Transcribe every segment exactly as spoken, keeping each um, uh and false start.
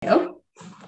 ook.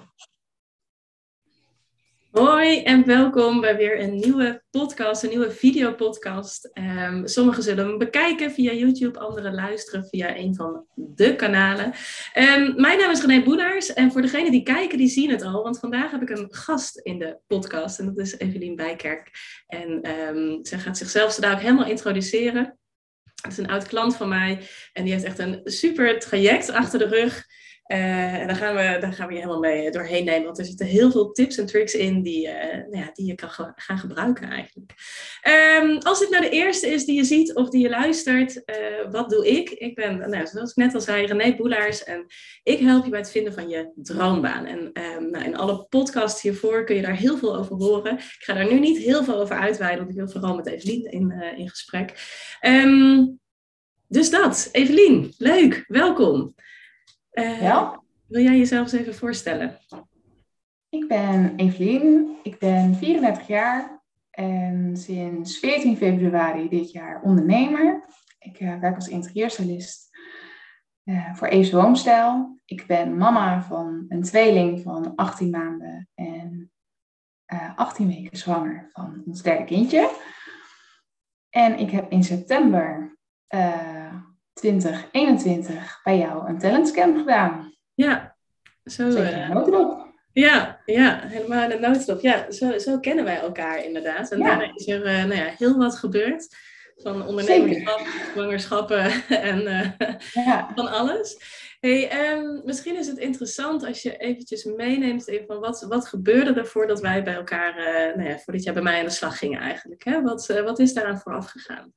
Hoi en welkom bij weer een nieuwe podcast, een nieuwe videopodcast. Um, sommigen zullen hem bekijken via YouTube, anderen luisteren via een van de kanalen. Um, mijn naam is René Boelaars en voor degenen die kijken, die zien het al. Want vandaag heb ik een gast in de podcast en dat is Evelien Bijkerk. En um, zij gaat zichzelf zo dadelijk helemaal introduceren. Het is een oud klant van mij en die heeft echt een super traject achter de rug. Uh, en daar gaan, we, daar gaan we je helemaal mee doorheen nemen. Want er zitten heel veel tips en tricks in die, uh, nou ja, die je kan ge- gaan gebruiken eigenlijk. Um, als dit nou de eerste is die je ziet of die je luistert, uh, wat doe ik? Ik ben, nou, zoals ik net al zei, René Boelaars. En ik help je bij het vinden van je droombaan. En um, nou, in alle podcasts hiervoor kun je daar heel veel over horen. Ik ga daar nu niet heel veel over uitweiden, want ik wil vooral met Evelien in, uh, in gesprek. Um, dus dat, Evelien, leuk, welkom. Uh, Ja. Wil jij jezelf eens even voorstellen? Ik ben Evelien, ik ben vierendertig jaar en sinds veertien februari dit jaar ondernemer. Ik uh, werk als interieurstylist uh, voor Eve's Woonstijl. Ik ben mama van een tweeling van achttien maanden en uh, achttien weken zwanger van ons derde kindje. En ik heb in september uh, twintig eenentwintig bij jou een talentscan gedaan. Ja, zo. Zeker een noodrop. Ja, ja, helemaal een noodstop. Ja, zo, zo kennen wij elkaar inderdaad. En ja. daarna is er uh, nou ja, heel wat gebeurd. Van ondernemerschap, zwangerschappen en uh, ja. van alles. Hey, um, misschien is het interessant als je eventjes meeneemt even van wat, wat gebeurde er voordat wij bij elkaar, uh, nou ja, voordat jij bij mij aan de slag ging eigenlijk. Hè? Wat, uh, wat is daaraan vooraf gegaan?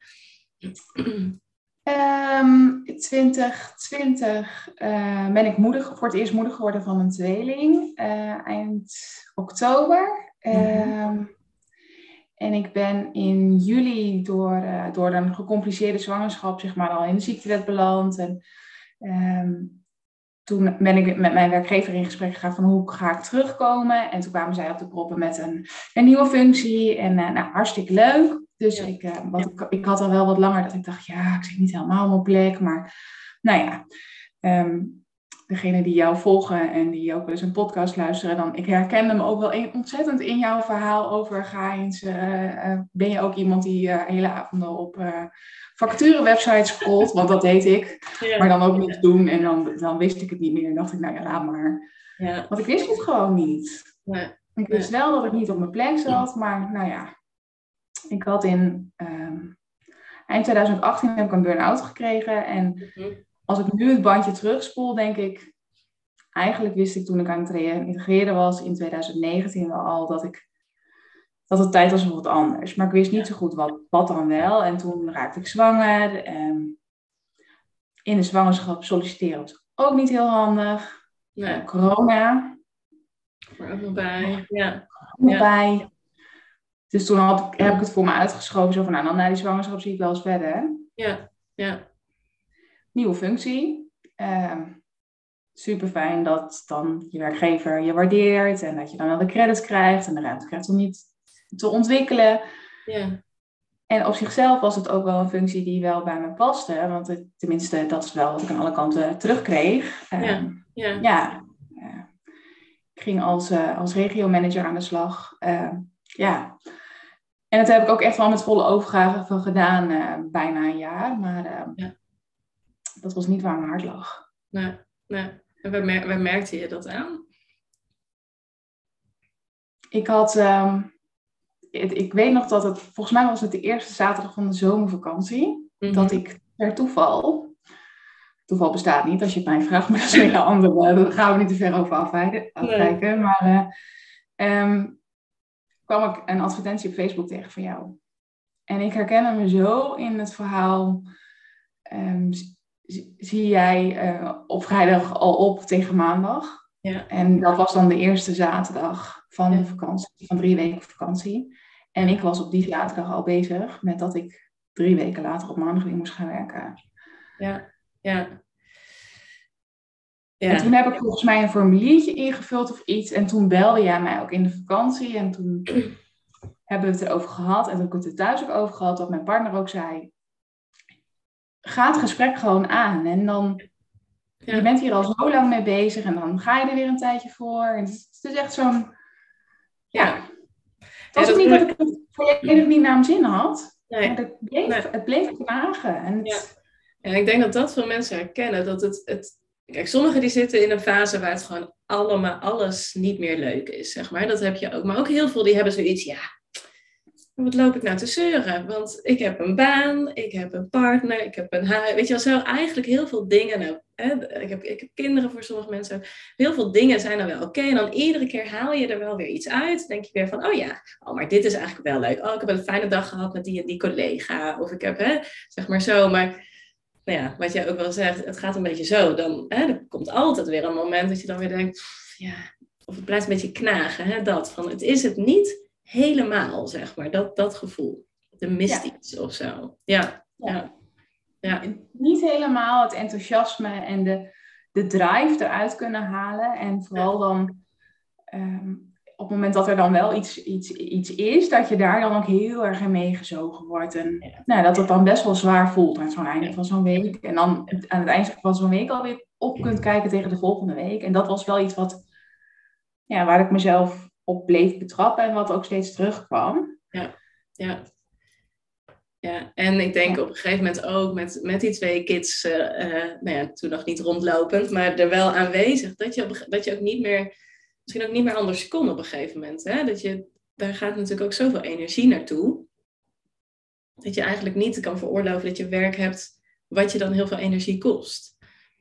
Um, twintig twintig uh, ben ik moeder, voor het eerst moeder geworden van een tweeling. Uh, eind oktober. Mm-hmm. Um, en ik ben in juli door, uh, door een gecompliceerde zwangerschap zeg maar, al in de ziektewet beland. En um, toen ben ik met mijn werkgever in gesprek gegaan van hoe ga ik terugkomen. En toen kwamen zij op de proppen met een, een nieuwe functie. En uh, nou, hartstikke leuk. Dus ja. ik, uh, wat, ik, ik had al wel wat langer dat ik dacht, ja, ik zit niet helemaal op mijn plek. Maar nou ja, um, degenen die jou volgen en die ook wel eens een podcast luisteren, dan ik herkende me ook wel een, ontzettend in jouw verhaal over ga eens, uh, uh, ben je ook iemand die uh, hele avonden op uh, vacaturewebsites scrolt, want dat deed ik. Ja. Maar dan ook niets doen en dan, dan wist ik het niet meer en dacht ik, nou ja, laat maar. Ja. Want ik wist het gewoon niet. Nee. Ik wist wel dat ik niet op mijn plek zat, maar nou ja. Ik had in um, eind twintig achttien heb ik een burn-out gekregen. En mm-hmm. als ik nu het bandje terugspoel, denk ik... Eigenlijk wist ik toen ik aan het integreren was in twintig negentien wel al dat, ik, dat het tijd was voor wat anders. Maar ik wist niet zo goed wat, wat dan wel. En toen raakte ik zwanger. Um, in de zwangerschap solliciteren was ook niet heel handig. Nee. Uh, corona. Er ook nog bij. Ja. Nog bij. Ja. Dus toen had ik, heb ik het voor me uitgeschoven. Zo van, nou, dan na die zwangerschap zie ik wel eens verder. Hè? Ja, ja. Nieuwe functie. Uh, super fijn dat dan je werkgever je waardeert. En dat je dan wel de credits krijgt. En de ruimte krijgt om niet te ontwikkelen. Ja. En op zichzelf was het ook wel een functie die wel bij me paste. Want het, tenminste, dat is wel wat ik aan alle kanten terugkreeg. Uh, ja, ja. ja uh, ik ging als, uh, als regiomanager aan de slag. Uh, ja... En dat heb ik ook echt wel met volle overgave van gedaan, uh, bijna een jaar. Maar uh, ja. dat was niet waar mijn hart lag. Nee, nee. En waar, mer- waar merkte je dat aan? Ik had, um, het, ik weet nog dat het, volgens mij was het de eerste zaterdag van de zomervakantie. Mm-hmm. Dat ik per toeval, toeval bestaat niet als je het mij vraagt, maar dat is een hele andere, daar gaan we niet te ver over afwijken. afwijken. Nee. Maar uh, um, kwam ik een advertentie op Facebook tegen van jou. En ik herkende me zo in het verhaal. Um, z- zie jij uh, op vrijdag al op tegen maandag. Ja. En dat was dan de eerste zaterdag van ja. de vakantie, van drie weken vakantie. En ik was op die zaterdag al bezig met dat ik drie weken later op maandag weer moest gaan werken. Ja, ja. Ja. En toen heb ik volgens mij een formuliertje ingevuld of iets. En toen belde jij mij ook in de vakantie. En toen hebben we het erover gehad. En toen heb ik het er thuis ook over gehad. Dat mijn partner ook zei. Ga het gesprek gewoon aan. En dan Ja. Je bent hier al zo lang mee bezig en dan ga je er weer een tijdje voor. En het, is, het is echt zo'n... Ja. Ja. Het was Ja, ook dat niet hoor dat ik het volledig niet naar mijn zin had. Nee. Maar het bleef, Nee. het bleef knagen. En het... Ja. En ik denk dat dat veel mensen herkennen. Dat het, het... Kijk, sommigen die zitten in een fase waar het gewoon allemaal alles niet meer leuk is, zeg maar. Dat heb je ook. Maar ook heel veel die hebben zoiets, ja, wat loop ik nou te zeuren? Want ik heb een baan, ik heb een partner, ik heb een huis. Weet je wel, zo eigenlijk heel veel dingen. Nou, hè, ik, heb, ik heb kinderen voor sommige mensen ook. Heel veel dingen zijn dan wel oké. Okay, en dan iedere keer haal je er wel weer iets uit. Dan denk je weer van, oh ja, oh, maar dit is eigenlijk wel leuk. Oh, ik heb een fijne dag gehad met die en die collega. Of ik heb, hè, zeg maar zo. Maar nou ja, wat jij ook wel zegt, het gaat een beetje zo. Dan hè, er komt altijd weer een moment dat je dan weer denkt, pff, ja, of het blijft een beetje knagen. Hè, dat van, het is het niet helemaal, zeg maar. Dat, dat gevoel. Er mist Ja. iets of zo. Ja, ja. ja. ja. Niet helemaal het enthousiasme en de, de drive eruit kunnen halen. En vooral dan um, op het moment dat er dan wel iets, iets, iets is, dat je daar dan ook heel erg in meegezogen wordt. En Ja. nou, dat het dan best wel zwaar voelt aan zo'n einde Ja. van zo'n week. En dan aan het eind van zo'n week alweer op kunt kijken tegen de volgende week. En dat was wel iets wat, ja, waar ik mezelf op bleef betrappen en wat ook steeds terugkwam. Ja, ja. Ja, en ik denk Ja. op een gegeven moment ook met, met die twee kids, uh, uh, nou ja, toen nog niet rondlopend, maar er wel aanwezig, dat je, op, dat je ook niet meer, misschien ook niet meer anders kon op een gegeven moment. Hè? Dat je, daar gaat natuurlijk ook zoveel energie naartoe, dat je eigenlijk niet kan veroorloven dat je werk hebt wat je dan heel veel energie kost.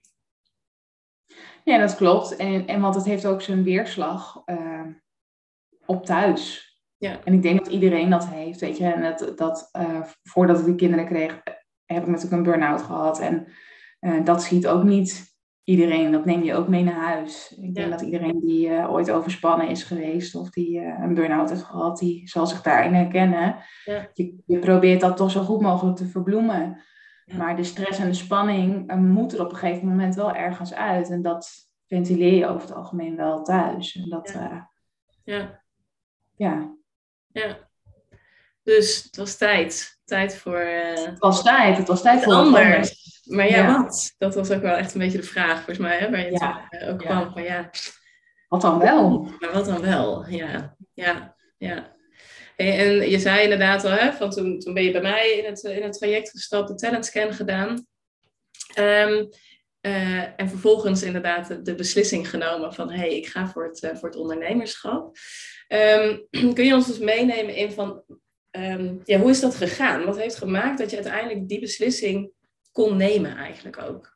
Ja, dat klopt. En, en want het heeft ook zijn weerslag uh, op thuis. Ja. En ik denk dat iedereen dat heeft, weet je. En dat, dat uh, voordat ik die kinderen kreeg, heb ik natuurlijk een burn-out gehad. En uh, dat schiet ook niet iedereen. Dat neem je ook mee naar huis. Ik denk Ja. dat iedereen die uh, ooit overspannen is geweest of die uh, een burn-out heeft gehad, die zal zich daarin herkennen. Ja. Je, je probeert dat toch zo goed mogelijk te verbloemen. Ja. Maar de stress en de spanning uh, moet er op een gegeven moment wel ergens uit. En dat ventileer je over het algemeen wel thuis. En dat, Ja. Uh, ja. ja. Ja, dus het was tijd. Tijd voor... Uh, het was tijd, het was tijd iets voor anders. anders. Maar ja, ja, wat? Dat was ook wel echt een beetje de vraag, volgens mij, hè, waar je ja. toen uh, ook ja. kwam. Van, ja. Wat dan wel? Maar wat dan wel? Ja, ja, ja. En, en je zei inderdaad al, hè, van toen, toen ben je bij mij in het, in het traject gestapt, de talentscan gedaan. Um, uh, en vervolgens inderdaad de, de beslissing genomen van, hé, hey, ik ga voor het, uh, voor het ondernemerschap. Um, kun je ons dus meenemen in van, um, ja, hoe is dat gegaan? Wat heeft gemaakt dat je uiteindelijk die beslissing kon nemen eigenlijk ook?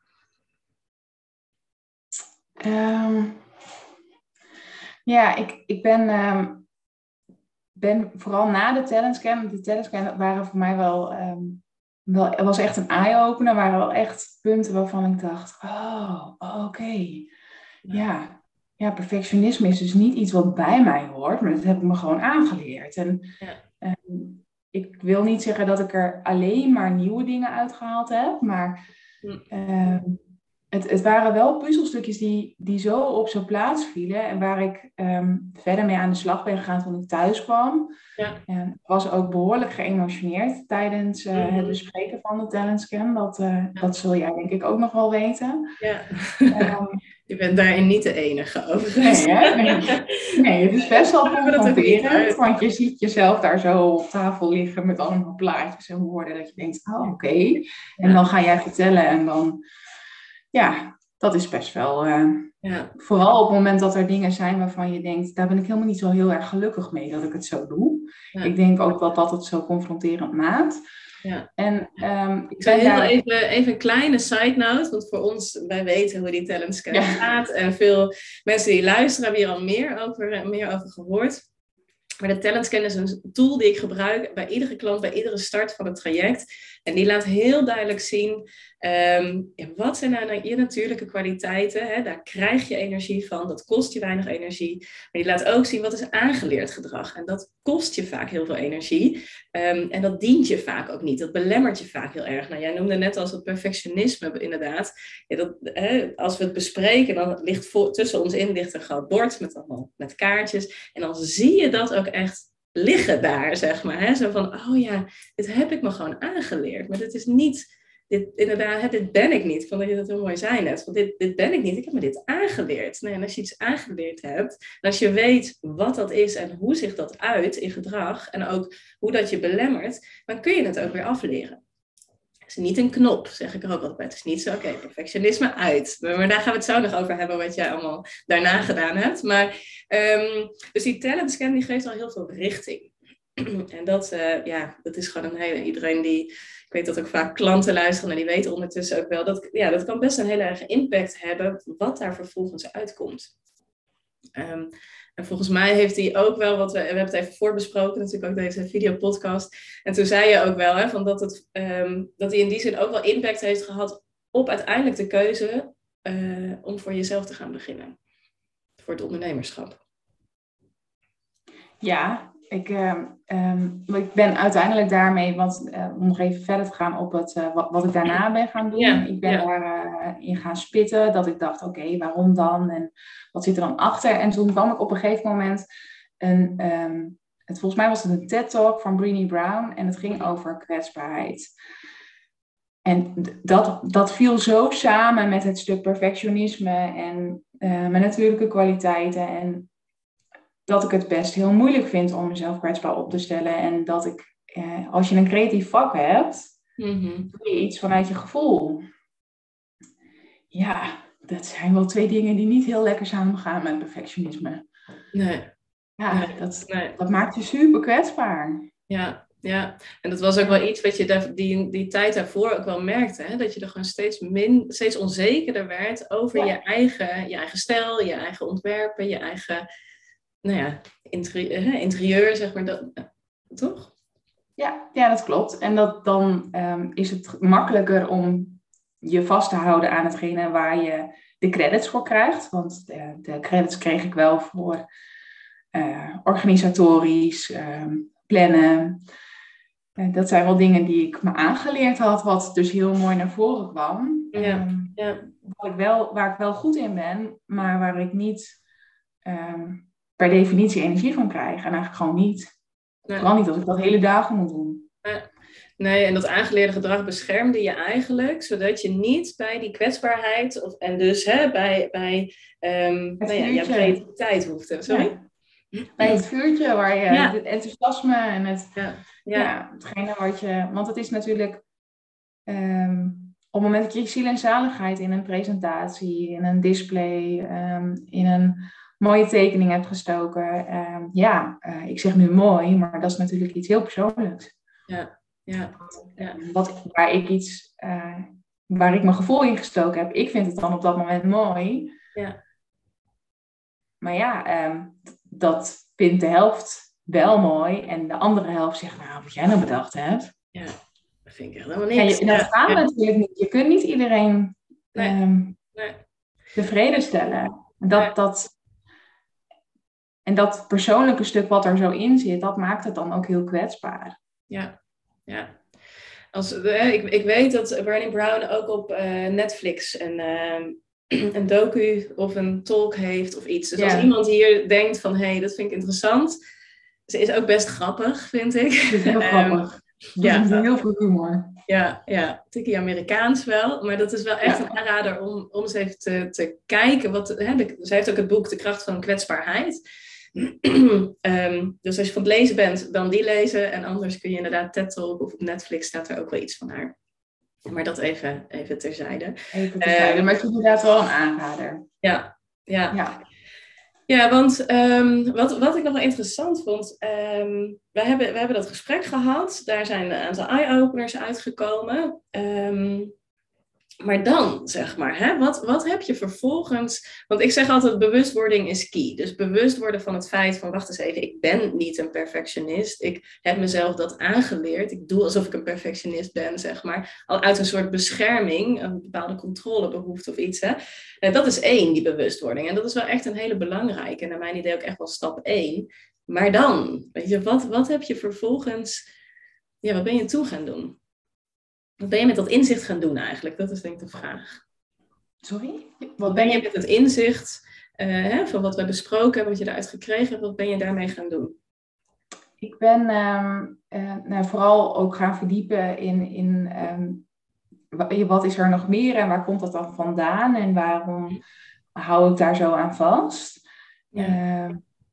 Um, ja, ik, ik ben, um, ben vooral na de talentscan, de talentscan waren voor mij wel, um, wel, het was echt een eye-opener, waren wel echt punten waarvan ik dacht, oh, oké, okay. ja. Ja, perfectionisme is dus niet iets wat bij mij hoort, maar dat heb ik me gewoon aangeleerd. En ja. um, ik wil niet zeggen dat ik er alleen maar nieuwe dingen uitgehaald heb, maar um, het, het waren wel puzzelstukjes die, die zo op zijn plaats vielen en waar ik um, verder mee aan de slag ben gegaan toen ik thuis kwam. Ja. En ik was ook behoorlijk geëmotioneerd tijdens uh, mm-hmm. het bespreken van de talentscan. Dat, uh, ja. dat zul jij denk ik ook nog wel weten. Ja. Um, je bent daarin niet de enige overigens. Nee, hè? Nee. nee, het is best wel confronterend, want je ziet jezelf daar zo op tafel liggen met allemaal plaatjes en woorden dat je denkt, oh oké. Okay. En dan ga jij vertellen en dan, ja, dat is best wel, uh, ja. vooral op het moment dat er dingen zijn waarvan je denkt, daar ben ik helemaal niet zo heel erg gelukkig mee dat ik het zo doe. Ja. Ik denk ook dat dat het zo confronterend maakt. Ja. En, um, ik zou heel daar... even, even een kleine side note, want voor ons, wij weten hoe die talentscan ja. gaat. En veel mensen die luisteren hebben hier al meer over, meer over gehoord. Maar de talentscan is een tool die ik gebruik bij iedere klant, bij iedere start van het traject. En die laat heel duidelijk zien, um, ja, wat zijn nou je natuurlijke kwaliteiten? Hè? Daar krijg je energie van, dat kost je weinig energie. Maar die laat ook zien, wat is aangeleerd gedrag? En dat kost je vaak heel veel energie. Um, en dat dient je vaak ook niet. Dat belemmert je vaak heel erg. Nou, jij noemde net als het perfectionisme inderdaad. Ja, dat, hè, als we het bespreken, dan ligt voor, tussen ons in ligt een groot bord met, allemaal, met kaartjes. En dan zie je dat ook echt liggen daar, zeg maar. Hè? Zo van, oh ja, dit heb ik me gewoon aangeleerd. Maar dit is niet dit, inderdaad, hè, dit ben ik niet. Ik vond dat je dat heel mooi zei net. Want dit, dit ben ik niet, ik heb me dit aangeleerd. Nee, en als je iets aangeleerd hebt, en als je weet wat dat is en hoe zich dat uit in gedrag, en ook hoe dat je belemmert, dan kun je het ook weer afleren. Het is niet een knop, zeg ik er ook altijd bij. Het is niet zo, oké, okay, perfectionisme uit. Maar daar gaan we het zo nog over hebben, wat jij allemaal daarna gedaan hebt. Maar, um, dus die talent scan die geeft al heel veel richting. En dat, uh, ja, dat is gewoon een hele... Iedereen die... Ik weet dat ook vaak klanten luisteren en die weten ondertussen ook wel... Dat, ja, dat kan best een hele erge impact hebben wat daar vervolgens uitkomt. Um, en volgens mij heeft hij ook wel, wat we, we hebben het even voorbesproken, natuurlijk ook deze videopodcast. En toen zei je ook wel, hè, van dat, het, um, dat hij in die zin ook wel impact heeft gehad op uiteindelijk de keuze uh, om voor jezelf te gaan beginnen. Voor het ondernemerschap. Ja, ik, uh, um, ik ben uiteindelijk daarmee, want uh, om nog even verder te gaan op het, uh, wat, wat ik daarna ben gaan doen. Ja, ik ben ja. daarin uh, gaan spitten, dat ik dacht, oké, okay, waarom dan? En wat zit er dan achter? En toen kwam ik op een gegeven moment, een, um, het, volgens mij was het een TED-talk van Brené Brown en het ging over kwetsbaarheid. En dat, dat viel zo samen met het stuk perfectionisme en uh, mijn natuurlijke kwaliteiten en dat ik het best heel moeilijk vind om mezelf kwetsbaar op te stellen. En dat ik, eh, als je een creatief vak hebt, mm-hmm. doe je iets vanuit je gevoel. Ja, dat zijn wel twee dingen die niet heel lekker samengaan met perfectionisme. Nee. Ja, nee. Dat, nee. dat maakt je super kwetsbaar. Ja, ja. En dat was ook wel iets wat je daar, die, die tijd daarvoor ook wel merkte. Hè? Dat je er gewoon steeds, min, steeds onzekerder werd over ja. je, eigen, je eigen stijl, je eigen ontwerpen, je eigen... Nou ja, interieur, interieur zeg maar, dat, toch? Ja, ja, dat klopt. En dat, dan um, is het makkelijker om je vast te houden aan hetgene waar je de credits voor krijgt. Want de, de credits kreeg ik wel voor uh, organisatorisch, um, plannen. Uh, dat zijn wel dingen die ik me aangeleerd had, wat dus heel mooi naar voren kwam. Ja, um, ja. Waar, ik wel, waar ik wel goed in ben, maar waar ik niet... Um, per definitie energie van krijgen. En eigenlijk gewoon niet. Nee. Vooral niet als ik dat hele dagen moet doen. Nee. nee, en dat aangeleerde gedrag beschermde je eigenlijk, zodat je niet bij die kwetsbaarheid, of, en dus hè, bij, bij um, nou ja, jouw creativiteit hoefde. Sorry? Ja. Bij het vuurtje, waar je ja. het enthousiasme en het, ja. Ja. Ja, hetgene wat je... Want het is natuurlijk... Um, op het moment dat je ziel en zaligheid in een presentatie, in een display, um, in een... mooie tekening heb gestoken. Uh, ja, uh, ik zeg nu mooi, maar dat is natuurlijk iets heel persoonlijks. Ja, ja. ja. Wat, waar ik iets, uh, waar ik mijn gevoel in gestoken heb, ik vind het dan op dat moment mooi. Ja. Maar ja, um, dat vindt de helft wel mooi en de andere helft zegt, nou, wat jij nou bedacht hebt. Ja, dat vind ik echt helemaal niks. En dat gaat ja. natuurlijk niet. Je kunt niet iedereen nee. Um, nee. tevreden stellen. Dat, nee. dat En dat persoonlijke stuk wat er zo in zit, dat maakt het dan ook heel kwetsbaar. Ja, ja. Als, uh, ik, ik weet dat Brené Brown ook op uh, Netflix een, uh, een docu of een talk heeft of iets. Dus ja. als iemand hier denkt van, hé, hey, dat vind ik interessant. Ze is ook best grappig, vind ik. Het is heel grappig. Um, ja. Het is heel veel humor. Ja, ja, tikkie Amerikaans wel. Maar dat is wel echt ja. een aanrader om, om eens even te, te kijken. Wat, hè, de, ze heeft ook het boek De Kracht van Kwetsbaarheid. um, dus als je van het lezen bent, dan die lezen. En anders kun je inderdaad TED Talk of op Netflix staat er ook wel iets van haar. Maar dat even, even terzijde. Even terzijde, um, maar het is inderdaad wel een aanrader. Ja, ja. ja. Ja, want um, wat, wat ik nog wel interessant vond, um, wij, hebben, wij hebben dat gesprek gehad. Daar zijn een aantal eye-openers uitgekomen. Um, Maar dan, zeg maar, hè, wat, wat heb je vervolgens... Want ik zeg altijd, bewustwording is key. Dus bewust worden van het feit van, wacht eens even, ik ben niet een perfectionist. Ik heb mezelf dat aangeleerd. Ik doe alsof ik een perfectionist ben, zeg maar. Al uit een soort bescherming, een bepaalde controlebehoefte of iets. Hè. En dat is één, die bewustwording. En dat is wel echt een hele belangrijke. En naar mijn idee ook echt wel stap één. Maar dan, weet je, wat, wat heb je vervolgens... Ja, wat ben je toen gaan doen? Wat ben je met dat inzicht gaan doen eigenlijk? Dat is denk ik de vraag. Sorry? Wat ben je met het inzicht uh, hè, van wat we besproken hebben, wat je eruit gekregen hebt, wat ben je daarmee gaan doen? Ik ben um, uh, nou, vooral ook gaan verdiepen in, in um, wat is er nog meer en waar komt dat dan vandaan en waarom hou ik daar zo aan vast? Ja. Uh,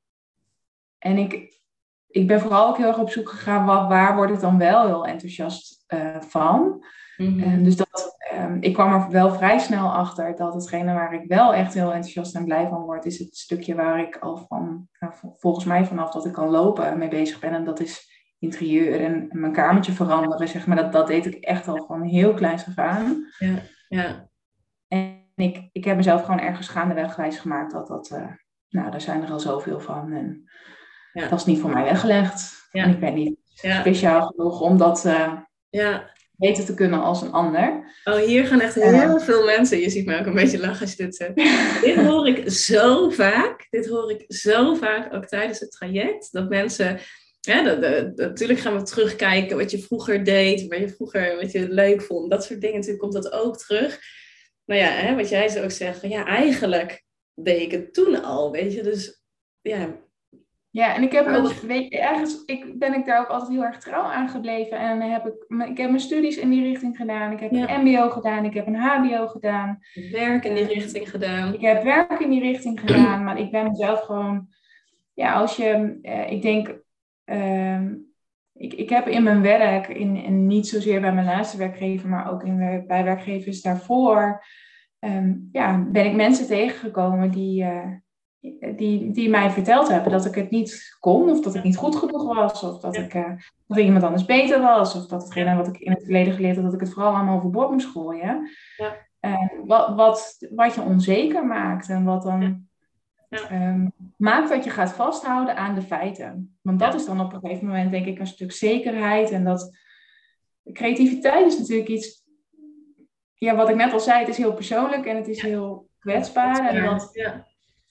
en ik, ik ben vooral ook heel erg op zoek gegaan, wat, waar word ik dan wel heel enthousiast uh, van? Mm-hmm. Uh, dus dat, um, ik kwam er wel vrij snel achter dat hetgene waar ik wel echt heel enthousiast en blij van word, is het stukje waar ik al van, nou, volgens mij vanaf dat ik kan lopen mee bezig ben. En dat is interieur en mijn kamertje veranderen, zeg maar. Dat, dat deed ik echt al van heel kleins gegaan. Ja, ja. En ik, ik heb mezelf gewoon ergens gaandeweg wijs gemaakt dat dat, uh, nou, daar zijn er al zoveel van. En ja. Dat is niet voor mij weggelegd. Ja. En ik ben niet ja. speciaal genoeg om dat uh, ja. beter te kunnen als een ander. Oh, hier gaan echt heel uh, veel mensen. Je ziet mij ook een beetje lachen als je dit zegt. Dit hoor ik zo vaak. Dit hoor ik zo vaak ook tijdens het traject. Dat mensen... Ja, dat, dat, natuurlijk gaan we terugkijken wat je vroeger deed, wat je vroeger wat je leuk vond. Dat soort dingen, natuurlijk komt dat ook terug. Maar ja, hè, wat jij zo ook zegt, van ja, eigenlijk deed ik het toen al, weet je. Dus ja. Ja, en ik heb ook, weet je, ergens ik, ben ik daar ook altijd heel erg trouw aan gebleven. En dan heb ik, ik heb mijn studies in die richting gedaan. Ik heb ja. een M B O gedaan, ik heb een H B O gedaan. Werk in die richting gedaan. Ik heb werk in die richting gedaan, maar ik ben mezelf gewoon, ja, als je, uh, ik denk... Um, ik, ik heb in mijn werk, in, in niet zozeer bij mijn laatste werkgever, maar ook in, bij werkgevers daarvoor, um, ja, ben ik mensen tegengekomen die, uh, die, die mij verteld hebben dat ik het niet kon, of dat ik niet goed genoeg was, of dat, ik, uh, dat er iemand anders beter was, of dat hetgene wat ik in het verleden geleerd had, dat ik het vooral allemaal overboord moest gooien. Ja. Uh, wat, wat, wat je onzeker maakt en wat dan... Ja. Um, maakt dat je gaat vasthouden aan de feiten. Want dat ja. is dan op een gegeven moment denk ik een stuk zekerheid. En dat creativiteit is natuurlijk iets... Ja, wat ik net al zei, het is heel persoonlijk en het is ja. heel kwetsbaar. En dat, ja.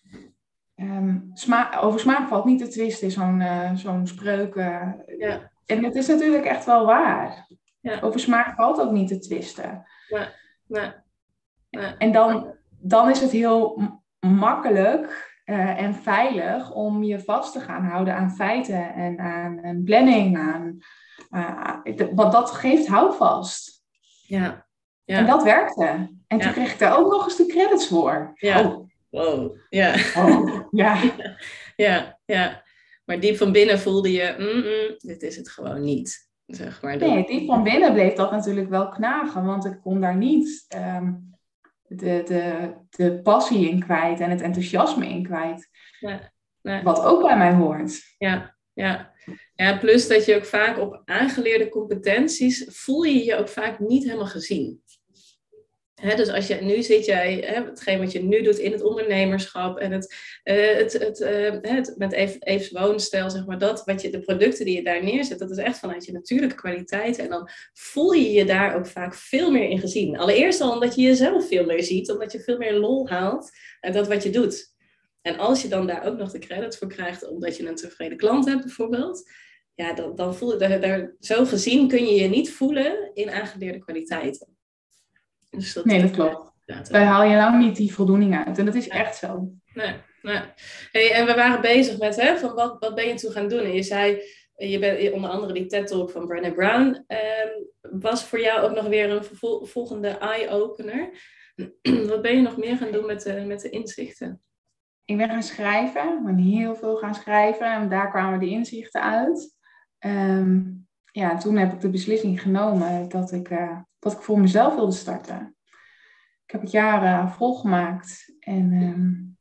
um, sma- over smaak valt niet te twisten, is zo'n, uh, zo'n spreuk. Uh, ja. En het is natuurlijk echt wel waar. Ja. Over smaak valt ook niet te twisten. Ja. Ja. Ja. En dan, dan is het heel m- makkelijk... Uh, en veilig om je vast te gaan houden aan feiten en aan een planning. Aan, uh, de, want dat geeft houvast. Ja. Ja. En dat werkte. En ja. toen kreeg ik daar ook nog eens de credits voor. Ja. Oh. Wow. Ja. Oh. Ja. ja. Ja. Ja. Maar diep van binnen voelde je, mm-mm, dit is het gewoon niet. Zeg maar. Nee, diep van binnen bleef dat natuurlijk wel knagen. Want ik kon daar niet... Um, De, de, de passie in kwijt en het enthousiasme in kwijt. Ja, nee. Wat ook bij mij hoort. Ja, ja. Ja, plus dat je ook vaak op aangeleerde competenties voel je je ook vaak niet helemaal gezien. He, dus als je, nu zit jij, he, hetgeen wat je nu doet in het ondernemerschap en het, uh, het, het, uh, het met Eve's woonstijl, zeg maar, dat, wat je, de producten die je daar neerzet, dat is echt vanuit je natuurlijke kwaliteit. En dan voel je je daar ook vaak veel meer in gezien. Allereerst al omdat je jezelf veel meer ziet, omdat je veel meer lol haalt uit dat wat je doet. En als je dan daar ook nog de credits voor krijgt, omdat je een tevreden klant hebt bijvoorbeeld, ja, dan, dan voel je daar, daar, zo gezien kun je je niet voelen in aangeleerde kwaliteiten. Dus dat, nee, dat klopt. Ja, daar haal je lang niet die voldoening uit. En dat is ja. echt zo. Nee, nee. Hey, en we waren bezig met, hè, van wat, wat ben je toen gaan doen? En je zei, je bent onder andere die TED-talk van Brené Brown. Um, was voor jou ook nog weer een vervol- volgende eye-opener. Wat ben je nog meer gaan doen met de, met de inzichten? Ik ben gaan schrijven. Ik ben heel veel gaan schrijven. En daar kwamen die inzichten uit. Um, ja, toen heb ik de beslissing genomen dat ik... Uh, dat ik voor mezelf wilde starten. Ik heb het jaren volgemaakt. En um,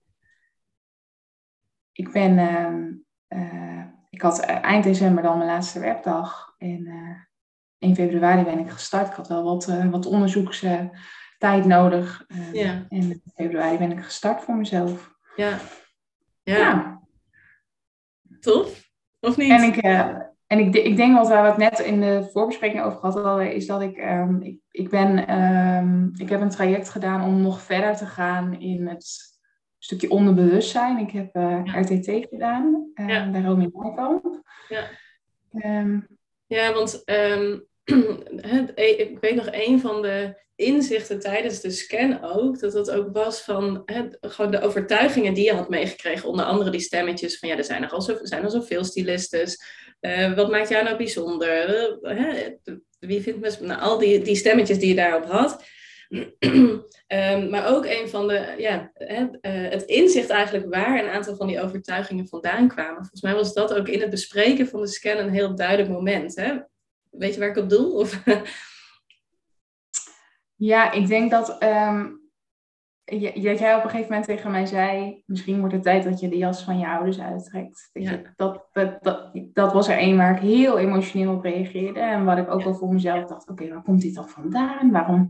ik ben... Um, uh, ik had eind december dan mijn laatste werkdag. En uh, in februari ben ik gestart. Ik had wel wat, uh, wat onderzoekstijd nodig. Uh, ja. En in februari ben ik gestart voor mezelf. Ja. Ja. ja. Tof. Of niet? En ik... Uh, En ik, ik denk wat we het net in de voorbespreking over gehad hadden, is dat ik, um, ik, ik ben, um, ik heb een traject gedaan om nog verder te gaan in het stukje onderbewustzijn. Ik heb uh, ja. R T T gedaan, uh, ja. bij Romy Nijkamp. Ja. Um, ja, want um, ik weet nog een van de inzichten tijdens de scan ook, dat dat ook was van he, gewoon de overtuigingen die je had meegekregen, onder andere die stemmetjes van ja, er zijn er al, zo, zijn er zoveel stylistes. Uh, wat maakt jou nou bijzonder? Uh, hè? Wie vindt me... Nou, al die, die stemmetjes die je daarop had. um, maar ook een van de... Ja, hè, uh, het inzicht eigenlijk waar een aantal van die overtuigingen vandaan kwamen. Volgens mij was dat ook in het bespreken van de scan een heel duidelijk moment. Hè? Weet je waar ik op doel? Of... Ja, ik denk dat... Um... Dat jij op een gegeven moment tegen mij zei, misschien wordt het tijd dat je de jas van je ouders uittrekt. Weet je, ja. dat, dat, dat, dat was er één waar ik heel emotioneel op reageerde. En wat ik ook wel voor mezelf dacht, oké, okay, waar komt dit dan vandaan? Waarom?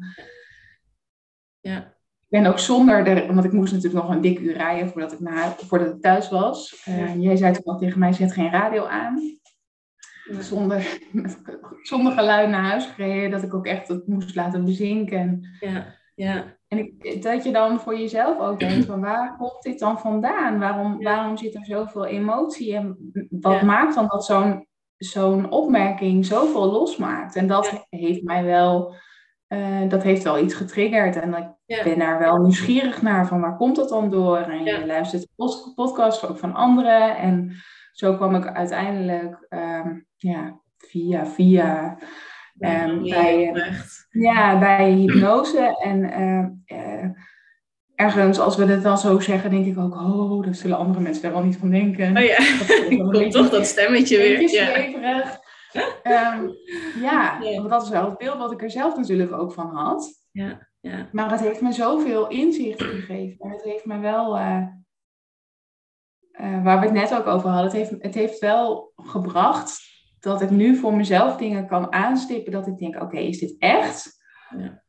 Ja. Ik ben ook zonder, de, want ik moest natuurlijk nog een dik uur rijden voordat ik, naar, voordat ik thuis was. Uh, ja. Jij zei toen al tegen mij, zet geen radio aan. Ja. Zonder, zonder geluid naar huis gereden, dat ik ook echt het moest laten bezinken. Ja, ja. En ik, dat je dan voor jezelf ook denkt, van waar komt dit dan vandaan? Waarom, ja. waarom zit er zoveel emotie? En wat ja. maakt dan dat zo'n, zo'n opmerking zoveel losmaakt? En dat ja. heeft mij wel, uh, dat heeft wel iets getriggerd. En ik ja. ben daar wel nieuwsgierig naar, van waar komt dat dan door? En ja. je luistert de podcast ook van anderen. En zo kwam ik uiteindelijk um, ja, via via... Um, bij, uh, ja, bij hypnose. En uh, uh, ergens, als we het dan zo zeggen, denk ik ook, oh, daar zullen andere mensen daar wel niet van denken. Oh ja, komt toch dat stemmetje weer. Ja. Um, ja, ja, want dat is wel het beeld wat ik er zelf natuurlijk ook van had. Ja, ja. Maar het heeft me zoveel inzicht gegeven. En het heeft me wel, uh, uh, waar we het net ook over hadden, het heeft, het heeft wel gebracht dat ik nu voor mezelf dingen kan aanstippen. Dat ik denk, oké, okay, is dit echt? Ja.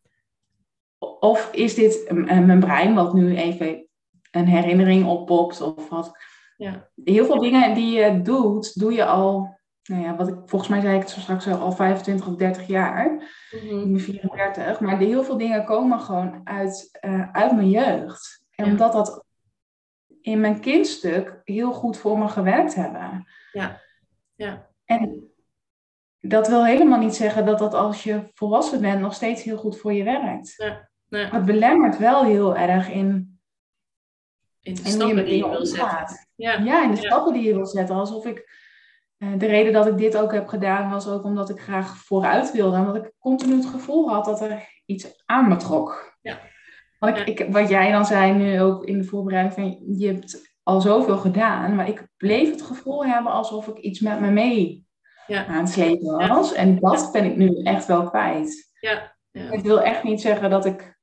Of is dit uh, mijn brein wat nu even een herinnering oppopt? Of wat? Ja. Heel veel dingen die je doet, doe je al... Nou ja, wat ik, volgens mij zei ik het zo straks al vijfentwintig of dertig jaar. Mm-hmm. Ik ben vierendertig. Maar de, heel veel dingen komen gewoon uit, uh, uit mijn jeugd. En ja. omdat dat in mijn kindstuk heel goed voor me gewerkt hebben. Ja, ja. En dat wil helemaal niet zeggen dat dat als je volwassen bent nog steeds heel goed voor je werkt. Ja, ja. Het belemmert wel heel erg in, in de in stappen hoe je die je wil omgaat. zetten. Ja, ja, in de ja. stappen die je wil zetten. Alsof ik... Uh, de reden dat ik dit ook heb gedaan was ook omdat ik graag vooruit wilde. Omdat ik continu het gevoel had dat er iets aan me trok. Ja. Wat, ik, ik, wat jij dan zei nu ook in de voorbereiding, van, je hebt al zoveel gedaan. Maar ik bleef het gevoel hebben alsof ik iets met me mee ja. aan het slepen was. Ja. En dat ben ik nu echt wel kwijt. Ja. Ja. Het wil echt niet zeggen dat ik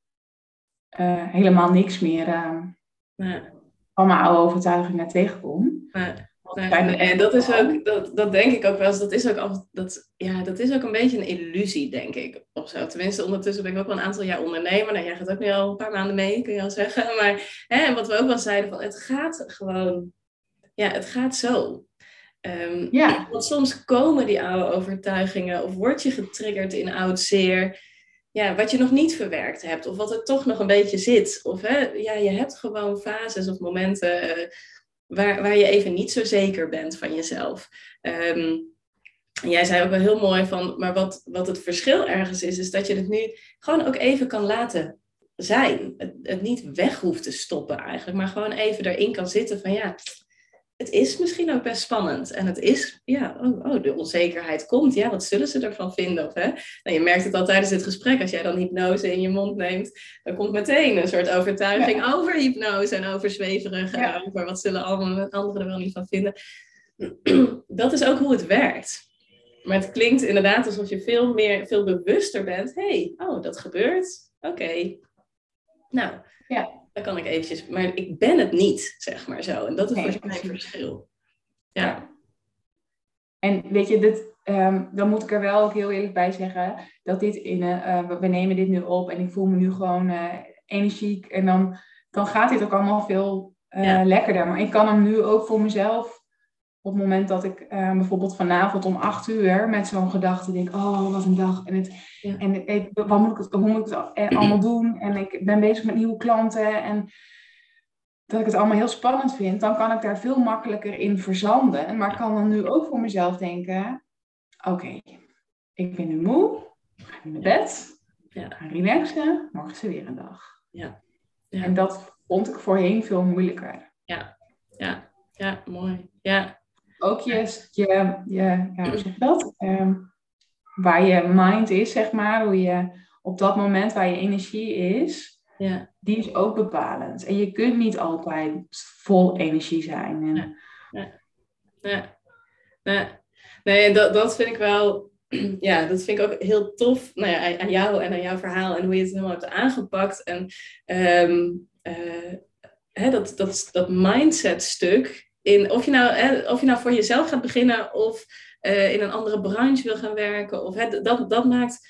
uh, helemaal niks meer uh, nee. van mijn oude overtuigingen tegenkom. Nee. Nee, en dat is ook, dat, dat denk ik ook wel eens, dat is ook, al, dat, ja, dat is ook een beetje een illusie, denk ik. Of zo. Tenminste, ondertussen ben ik ook wel een aantal jaar ondernemer. Nou, jij gaat ook nu al een paar maanden mee, kun je al zeggen. Maar hè, en wat we ook wel zeiden, van, het gaat gewoon, ja, het gaat zo. Um, ja. Want soms komen die oude overtuigingen, of word je getriggerd in oud zeer, ja, wat je nog niet verwerkt hebt, of wat er toch nog een beetje zit. Of hè, ja, je hebt gewoon fases of momenten... Uh, Waar, waar je even niet zo zeker bent van jezelf. Um, en jij zei ook wel heel mooi van, maar wat, wat het verschil ergens is, is dat je het nu gewoon ook even kan laten zijn. Het, het niet weg hoeft te stoppen eigenlijk, maar gewoon even erin kan zitten van ja, het is misschien ook best spannend. En het is, ja, oh, oh de onzekerheid komt. Ja, wat zullen ze ervan vinden? Of, hè? Nou, je merkt het al tijdens dit gesprek. Als jij dan hypnose in je mond neemt, dan komt meteen een soort overtuiging ja. over hypnose en over zweverig. Ja. Over wat zullen anderen er wel niet van vinden. Dat is ook hoe het werkt. Maar het klinkt inderdaad alsof je veel meer, veel bewuster bent. Hé, hey, oh, dat gebeurt. Oké. Okay. Nou, ja. Dan kan ik eventjes... Maar ik ben het niet, zeg maar zo. En dat is nee, voor mij het verschil. Ja. ja. En weet je, dit, um, dan moet ik er wel ook heel eerlijk bij zeggen... dat dit in... Uh, we nemen dit nu op en ik voel me nu gewoon uh, energiek. En dan, dan gaat dit ook allemaal veel uh, ja. lekkerder. Maar ik kan hem nu ook voor mezelf... Op het moment dat ik uh, bijvoorbeeld vanavond om acht uur met zo'n gedachte denk, oh, wat een dag. En, het, ja. en ik, wat moet ik het, hoe moet ik het allemaal doen? En ik ben bezig met nieuwe klanten. En dat ik het allemaal heel spannend vind. Dan kan ik daar veel makkelijker in verzanden. Maar ik kan dan nu ook voor mezelf denken, oké, okay, ik ben nu moe. Ik ga nu naar bed. Ja. Ga relaxen. Morgen is er weer een dag. Ja. Ja. En dat vond ik voorheen veel moeilijker. Ja, ja, ja, mooi. Ja. ook je, je, je ja, hoe zeg je dat? Um, waar je mind is, zeg maar, hoe je op dat moment waar je energie is, Ja. die is ook bepalend. En je kunt niet altijd vol energie zijn. En... Ja. Ja. Ja. Nee, dat, dat vind ik wel, ja, dat vind ik ook heel tof, nou ja, aan jou en aan jouw verhaal en hoe je het helemaal hebt aangepakt. En um, uh, hè, dat, dat, dat mindset stuk, in, of, je nou, hè, of je nou voor jezelf gaat beginnen of uh, in een andere branche wil gaan werken, of hè, dat, dat maakt,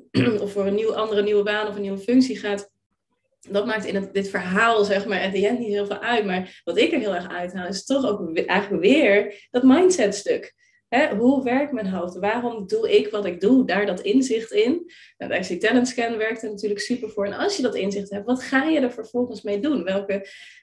of voor een nieuw, andere nieuwe baan of een nieuwe functie gaat. Dat maakt in het, dit verhaal, zeg maar, at the end niet heel veel uit. Maar wat ik er heel erg uithaal, is toch ook eigenlijk weer dat mindset stuk. Hè, hoe werkt mijn hoofd? Waarom doe ik wat ik doe? Daar dat inzicht in. Nou, de X C Talent Scan werkt er natuurlijk super voor. En als je dat inzicht hebt, wat ga je er vervolgens mee doen? Welke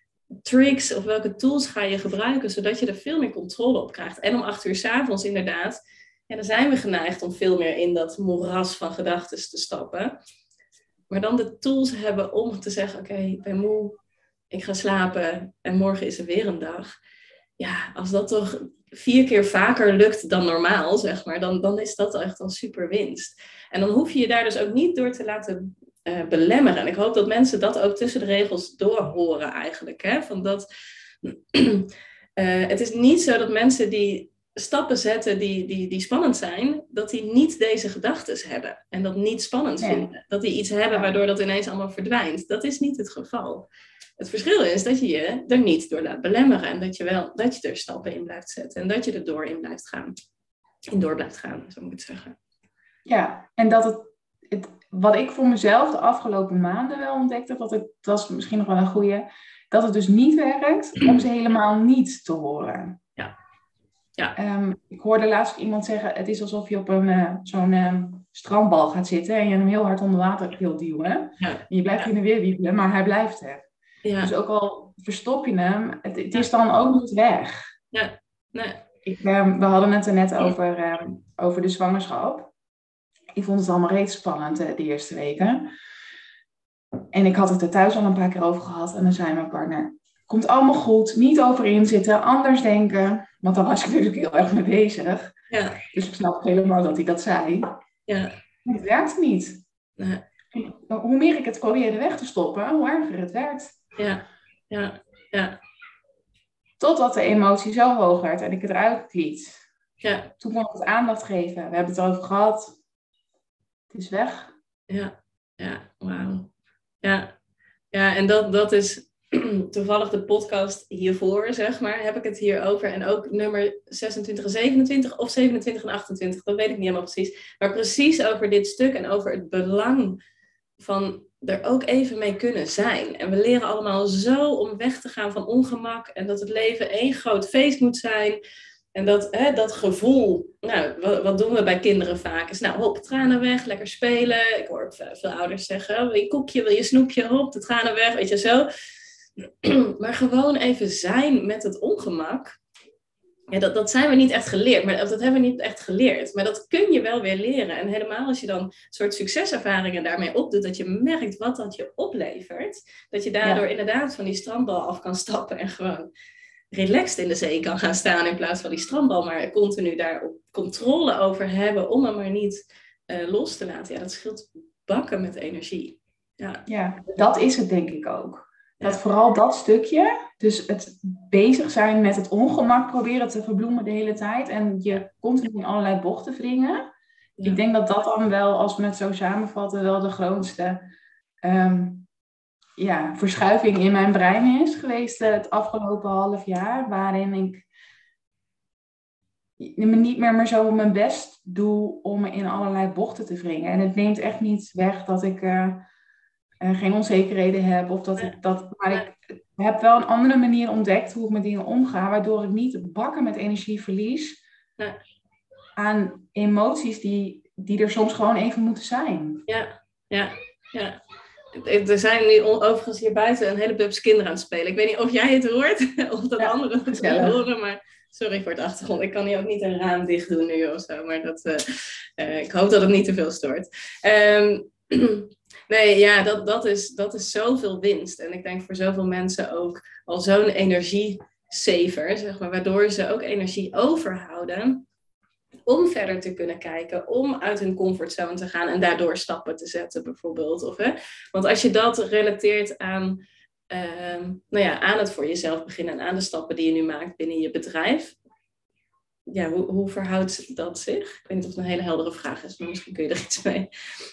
tricks of welke tools ga je gebruiken, zodat je er veel meer controle op krijgt? En om acht uur 's avonds inderdaad, ja, dan zijn we geneigd om veel meer in dat moeras van gedachten te stappen. Maar dan de tools hebben om te zeggen, oké, okay, ik ben moe, ik ga slapen en morgen is er weer een dag. Ja, als dat toch vier keer vaker lukt dan normaal, zeg maar, dan, dan is dat echt al super winst. En dan hoef je je daar dus ook niet door te laten uh, belemmeren. En ik hoop dat mensen dat ook tussen de regels doorhoren eigenlijk. Hè? Van dat, uh, het is niet zo dat mensen die stappen zetten die, die, die spannend zijn, dat die niet deze gedachten hebben. En dat niet spannend Nee. vinden. Dat die iets hebben waardoor dat ineens allemaal verdwijnt. Dat is niet het geval. Het verschil is dat je je er niet door laat belemmeren. En dat je, wel, dat je er stappen in blijft zetten. En dat je er door in blijft gaan. In door blijft gaan, zo moet ik het zeggen. Ja, en dat het, het... Wat ik voor mezelf de afgelopen maanden wel ontdekte, dat het, dat is misschien nog wel een goeie, dat het dus niet werkt om ze helemaal niet te horen. Ja. Ja. Um, ik hoorde laatst iemand zeggen, het is alsof je op een, uh, zo'n uh, strandbal gaat zitten en je hem heel hard onder water wil duwen. Ja. En je blijft Ja. heen en weer wiebelen, maar hij blijft er. Ja. Dus ook al verstop je hem, het, het is dan ook niet weg. Ja. Nee. Ik, um, we hadden het er net over, um, over de zwangerschap. Ik vond het allemaal reeds spannend uh, de eerste weken. En ik had het er thuis al een paar keer over gehad en dan zei mijn partner, komt allemaal goed, niet overin zitten, anders denken. Want daar was ik natuurlijk heel erg mee bezig. Ja. Dus ik snap helemaal dat hij dat zei. Ja. Maar het werkt niet. Nee. Hoe meer ik het probeerde weg te stoppen, hoe erger het werd. Ja. Ja. Ja. Totdat de emotie zo hoog werd en ik het eruit liet. Ja. Toen kon ik het aandacht geven. We hebben het erover gehad. Het is weg. Ja. Ja. Wauw. Ja. Ja, en dat, dat is toevallig de podcast hiervoor, zeg maar, heb ik het hier over. En ook nummer zesentwintig en zevenentwintig of zevenentwintig en achtentwintig, dat weet ik niet helemaal precies. Maar precies over dit stuk en over het belang van er ook even mee kunnen zijn. En we leren allemaal zo om weg te gaan van ongemak en dat het leven één groot feest moet zijn. En dat, hè, dat gevoel, nou, wat, wat doen we bij kinderen vaak? Is nou, hop, tranen weg, lekker spelen. Ik hoor veel ouders zeggen, wil je koekje, wil je snoepje, hop, de tranen weg, weet je zo. Maar gewoon even zijn met het ongemak. Ja, dat, dat zijn we niet echt geleerd, maar dat hebben we niet echt geleerd. Maar dat kun je wel weer leren. En helemaal als je dan een soort succeservaringen daarmee opdoet, dat je merkt wat dat je oplevert. Dat je daardoor ja. inderdaad van die strandbal af kan stappen en gewoon relaxed in de zee kan gaan staan in plaats van die strandbal, maar continu daar controle over hebben om hem maar niet uh, los te laten. Ja, dat scheelt bakken met energie. Ja. ja, dat is het denk ik ook. Dat ja. Vooral dat stukje, dus het bezig zijn met het ongemak proberen te verbloemen de hele tijd en je continu in allerlei bochten wringen. Ja. Ik denk dat dat dan wel, als we het zo samenvatten, wel de grootste um, ja, verschuiving in mijn brein is geweest uh, het afgelopen half jaar, waarin ik me niet meer, meer zo mijn best doe om me in allerlei bochten te wringen. En het neemt echt niet weg dat ik uh, uh, geen onzekerheden heb. Of dat ik dat, maar ik heb wel een andere manier ontdekt hoe ik met dingen omga, waardoor ik niet bakken met energie verlies ja. aan emoties die, die er soms gewoon even moeten zijn. Ja, ja, ja. Er zijn nu overigens hier buiten een hele bubs kinderen aan het spelen. Ik weet niet of jij het hoort, of dat ja, anderen het willen horen, maar sorry voor het achtergrond. Ik kan hier ook niet een raam dicht doen nu of zo, maar dat, uh, uh, ik hoop dat het niet te veel stoort. Um, nee, ja, dat, dat, is, dat is zoveel winst. En ik denk voor zoveel mensen ook al zo'n energie saver, zeg maar, waardoor ze ook energie overhouden om verder te kunnen kijken, om uit hun comfortzone te gaan en daardoor stappen te zetten bijvoorbeeld. Of, hè? Want als je dat relateert aan, uh, nou ja, aan het voor jezelf beginnen en aan de stappen die je nu maakt binnen je bedrijf, ja, hoe, hoe verhoudt dat zich? Ik weet niet of het een hele heldere vraag is, maar misschien kun je er iets mee.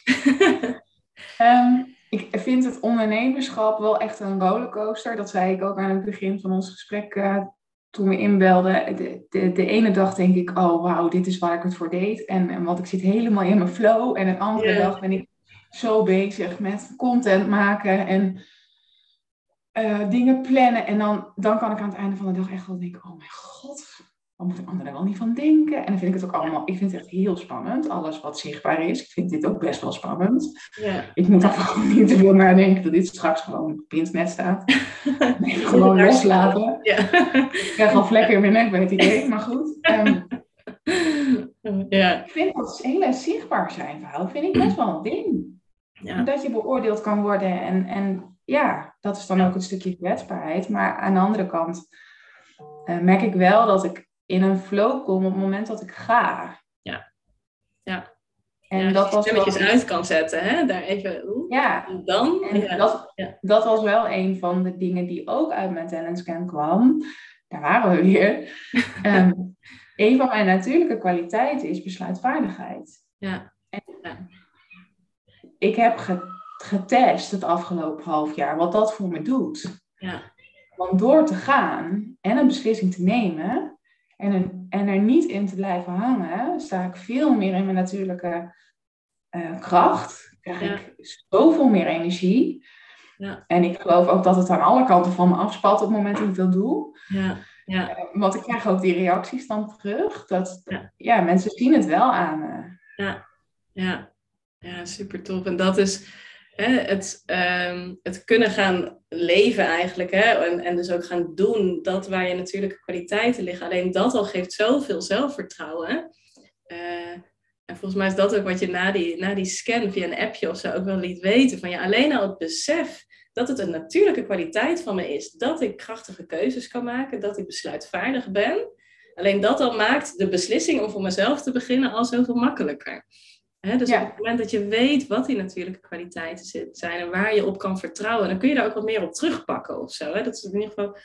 um, ik vind het ondernemerschap wel echt een rollercoaster. Dat zei ik ook aan het begin van ons gesprek uh, toen we inbelden. De, de, de ene dag denk ik, oh wauw, dit is waar ik het voor deed. En, en want ik zit helemaal in mijn flow. En een andere yeah. dag ben ik zo bezig met content maken en uh, dingen plannen. En dan, dan kan ik aan het einde van de dag echt wel denken, oh mijn god, wat moet een ander er wel niet van denken? En dan vind ik het ook allemaal, ik vind het echt heel spannend. Alles wat zichtbaar is. Ik vind dit ook best wel spannend. Ja. Ik moet daar gewoon niet te veel nadenken dat dit straks gewoon op internet staat. Nee, gewoon loslaten. Ja. Ik krijg al vlekken in mijn nek bij het idee, maar goed. Um, ja. Ik vind dat hele zichtbaar zijn verhaal, vind ik best wel een ding. Ja. Dat je beoordeeld kan worden. En, en ja, dat is dan ook een stukje kwetsbaarheid. Maar aan de andere kant uh, merk ik wel dat ik in een flow kom op het moment dat ik ga. Ja. Ja. En ja, dat was stemmetjes wel uit kan zetten, hè? Daar even, oeh, ja. En dan. En ja. Dat, ja. dat was wel een van de dingen die ook uit mijn talentscan kwam. Daar waren we weer. um, een van mijn natuurlijke kwaliteiten is besluitvaardigheid. Ja. En ja. Ik heb ge- getest het afgelopen half jaar wat dat voor me doet. Ja. Want door te gaan en een beslissing te nemen en, een, en er niet in te blijven hangen, sta ik veel meer in mijn natuurlijke uh, kracht. Krijg ja. ik zoveel meer energie. Ja. En ik geloof ook dat het aan alle kanten van me afspat op het moment dat ik dat doe. Ja. Ja. Uh, want ik krijg ook die reacties dan terug. Dat, ja. ja, mensen zien het wel aan me. Ja, ja. ja super tof. En dat is hè, het, um, het kunnen gaan leven eigenlijk. Hè? En, en dus ook gaan doen dat waar je natuurlijke kwaliteiten liggen. Alleen dat al geeft zoveel zelfvertrouwen. Uh, en volgens mij is dat ook wat je na die, na die scan via een appje of zo ook wel liet weten. Van ja, alleen al het besef dat het een natuurlijke kwaliteit van me is. Dat ik krachtige keuzes kan maken. Dat ik besluitvaardig ben. Alleen dat al maakt de beslissing om voor mezelf te beginnen al zoveel makkelijker. He, dus ja. op het moment dat je weet wat die natuurlijke kwaliteiten zijn en waar je op kan vertrouwen, dan kun je daar ook wat meer op terugpakken of zo. Hè? Dat is in ieder geval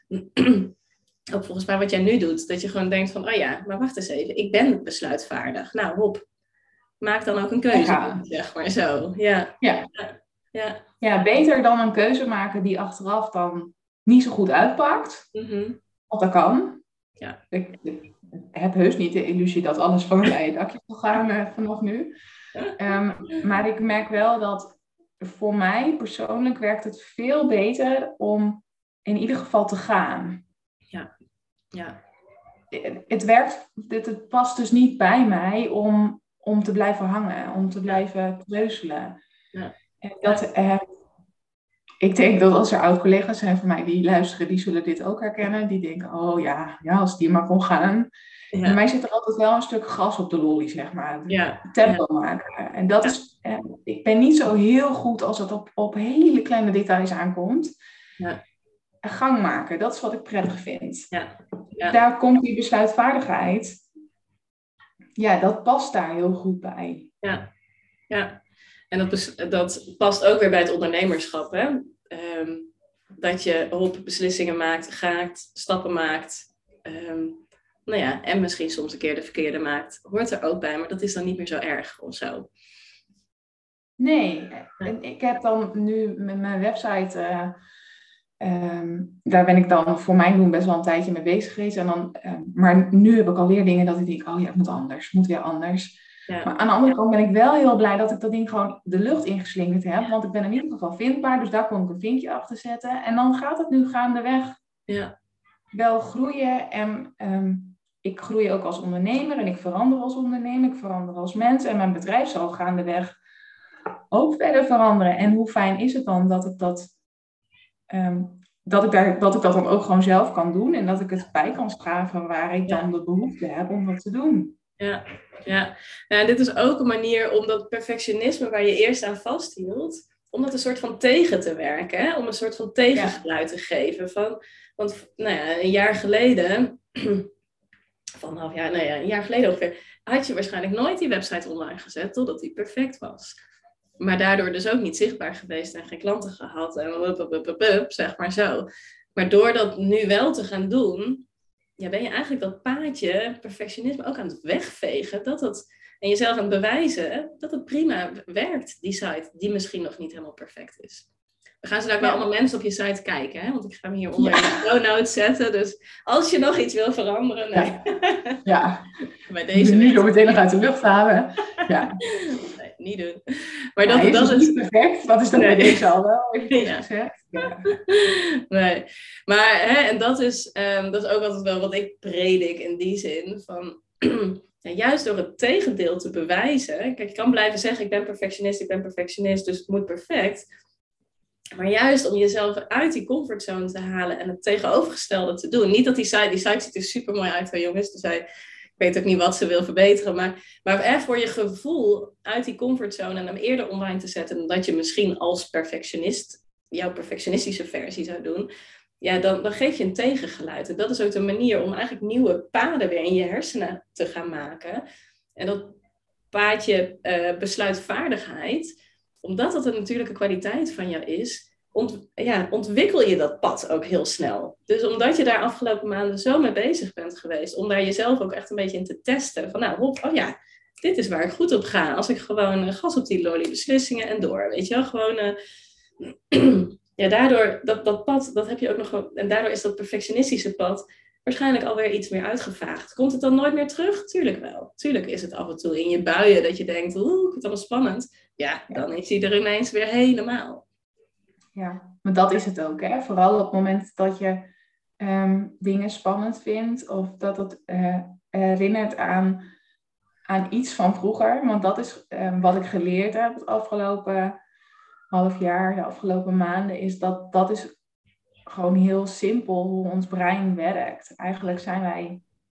ook volgens mij wat jij nu doet. Dat je gewoon denkt van, oh ja, maar wacht eens even, ik ben besluitvaardig. Nou, hop, maak dan ook een keuze, ja. zeg maar zo. Ja. Ja. Ja. Ja. ja, beter dan een keuze maken die achteraf dan niet zo goed uitpakt. Mm-hmm. Want dat kan. Ja. Ik, ik heb heus niet de illusie dat alles van een leien dakje zal gaan uh, vanaf nu. Um, maar ik merk wel dat voor mij persoonlijk werkt het veel beter om in ieder geval te gaan. Ja. Ja. Het, het werkt, het, het past dus niet bij mij om, om te blijven hangen, om te blijven treuzelen. Ja. En dat... Uh, Ik denk dat als er oud-collega's zijn van mij die luisteren, die zullen dit ook herkennen. Die denken, oh ja, ja als die maar kon gaan. Ja. Bij mij zit er altijd wel een stuk gas op de lolly, zeg maar. Ja. Tempo ja. maken. En dat ja. is, eh, ik ben niet zo heel goed als het op, op hele kleine details aankomt. Ja. Gang maken, dat is wat ik prettig vind. Ja. Ja. Daar komt die besluitvaardigheid. Ja, dat past daar heel goed bij. Ja, ja. En dat, bes- dat past ook weer bij het ondernemerschap, hè? Um, dat je op beslissingen maakt, gaat, stappen maakt. Um, nou ja, en misschien soms een keer de verkeerde maakt. Hoort er ook bij, maar dat is dan niet meer zo erg of zo. Nee, en ik heb dan nu met mijn website... Uh, um, daar ben ik dan voor mijn doen best wel een tijdje mee bezig geweest. En dan, um, maar nu heb ik alweer dingen dat ik denk... Oh ja, het moet anders, het moet weer anders... Ja. Maar aan de andere kant ben ik wel heel blij dat ik dat ding gewoon de lucht ingeslingerd heb. Want ik ben in ieder geval vindbaar, dus daar kon ik een vinkje achter zetten. En dan gaat het nu gaandeweg ja. wel groeien. En um, ik groei ook als ondernemer en ik verander als ondernemer, ik verander als mens. En mijn bedrijf zal gaandeweg ook verder veranderen. En hoe fijn is het dan dat ik dat, um, dat ik daar, dat ik dat dan ook gewoon zelf kan doen. En dat ik het bij kan schaven waar ik dan de behoefte heb om dat te doen. Ja, ja. Nou, dit is ook een manier om dat perfectionisme waar je eerst aan vasthield, om dat een soort van tegen te werken, hè? Om een soort van tegengeluid ja. te geven. Van, Want nou ja, een jaar geleden, van een half jaar, nou ja, een jaar geleden ongeveer, had je waarschijnlijk nooit die website online gezet totdat die perfect was. Maar daardoor dus ook niet zichtbaar geweest en geen klanten gehad en up, up, up, up, up, zeg maar zo. Maar door dat nu wel te gaan doen, ja, ben je eigenlijk dat paadje perfectionisme ook aan het wegvegen. Dat het, en jezelf aan het bewijzen dat het prima werkt, die site, die misschien nog niet helemaal perfect is. We gaan straks wel Ja. allemaal mensen op je site kijken, hè? Want ik ga hem hier onder ja. in de show notes zetten. Dus als je nog iets wil veranderen, nee. Ja, ja. Bij deze nu door meteen nog uit de lucht halen. Ja. Nee, niet doen. Maar ja, dat, is dat dus is niet perfect, dat is dan nee. bij deze al wel even Ja. gezegd. Ja. Nee, maar hè, en dat is, um, dat is ook altijd wel wat ik predik in die zin van... Ja, juist door het tegendeel te bewijzen. Kijk, je kan blijven zeggen, ik ben perfectionist, ik ben perfectionist, dus het moet perfect. Maar juist om jezelf uit die comfortzone te halen en het tegenovergestelde te doen. Niet dat die site, die site ziet er super mooi uit, hoor, jongens. Dus hij, ik weet ook niet wat ze wil verbeteren. Maar, maar echt voor je gevoel uit die comfortzone en hem eerder online te zetten. Dan dat je misschien als perfectionist jouw perfectionistische versie zou doen. Ja, dan, dan geef je een tegengeluid. En dat is ook de manier om eigenlijk nieuwe paden weer in je hersenen te gaan maken. En dat paadje uh, besluitvaardigheid, omdat dat een natuurlijke kwaliteit van jou is, ont, ja, ontwikkel je dat pad ook heel snel. Dus omdat je daar afgelopen maanden zo mee bezig bent geweest, om daar jezelf ook echt een beetje in te testen. Van nou, hop, oh ja, dit is waar ik goed op ga. Als ik gewoon uh, gas op die lolly beslissingen en door, weet je wel, gewoon... Uh, Ja, daardoor, dat, dat pad, dat heb je ook nog... En daardoor is dat perfectionistische pad waarschijnlijk alweer iets meer uitgevaagd. Komt het dan nooit meer terug? Tuurlijk wel. Tuurlijk is het af en toe in je buien dat je denkt... Oeh, ik vind het allemaal spannend. Ja, ja, dan is hij er ineens weer helemaal. Ja, maar dat is het ook, hè. Vooral op het moment dat je um, dingen spannend vindt... of dat het uh, herinnert aan, aan iets van vroeger. Want dat is um, wat ik geleerd heb het afgelopen... half jaar, de afgelopen maanden, is dat dat is gewoon heel simpel hoe ons brein werkt. Eigenlijk zijn wij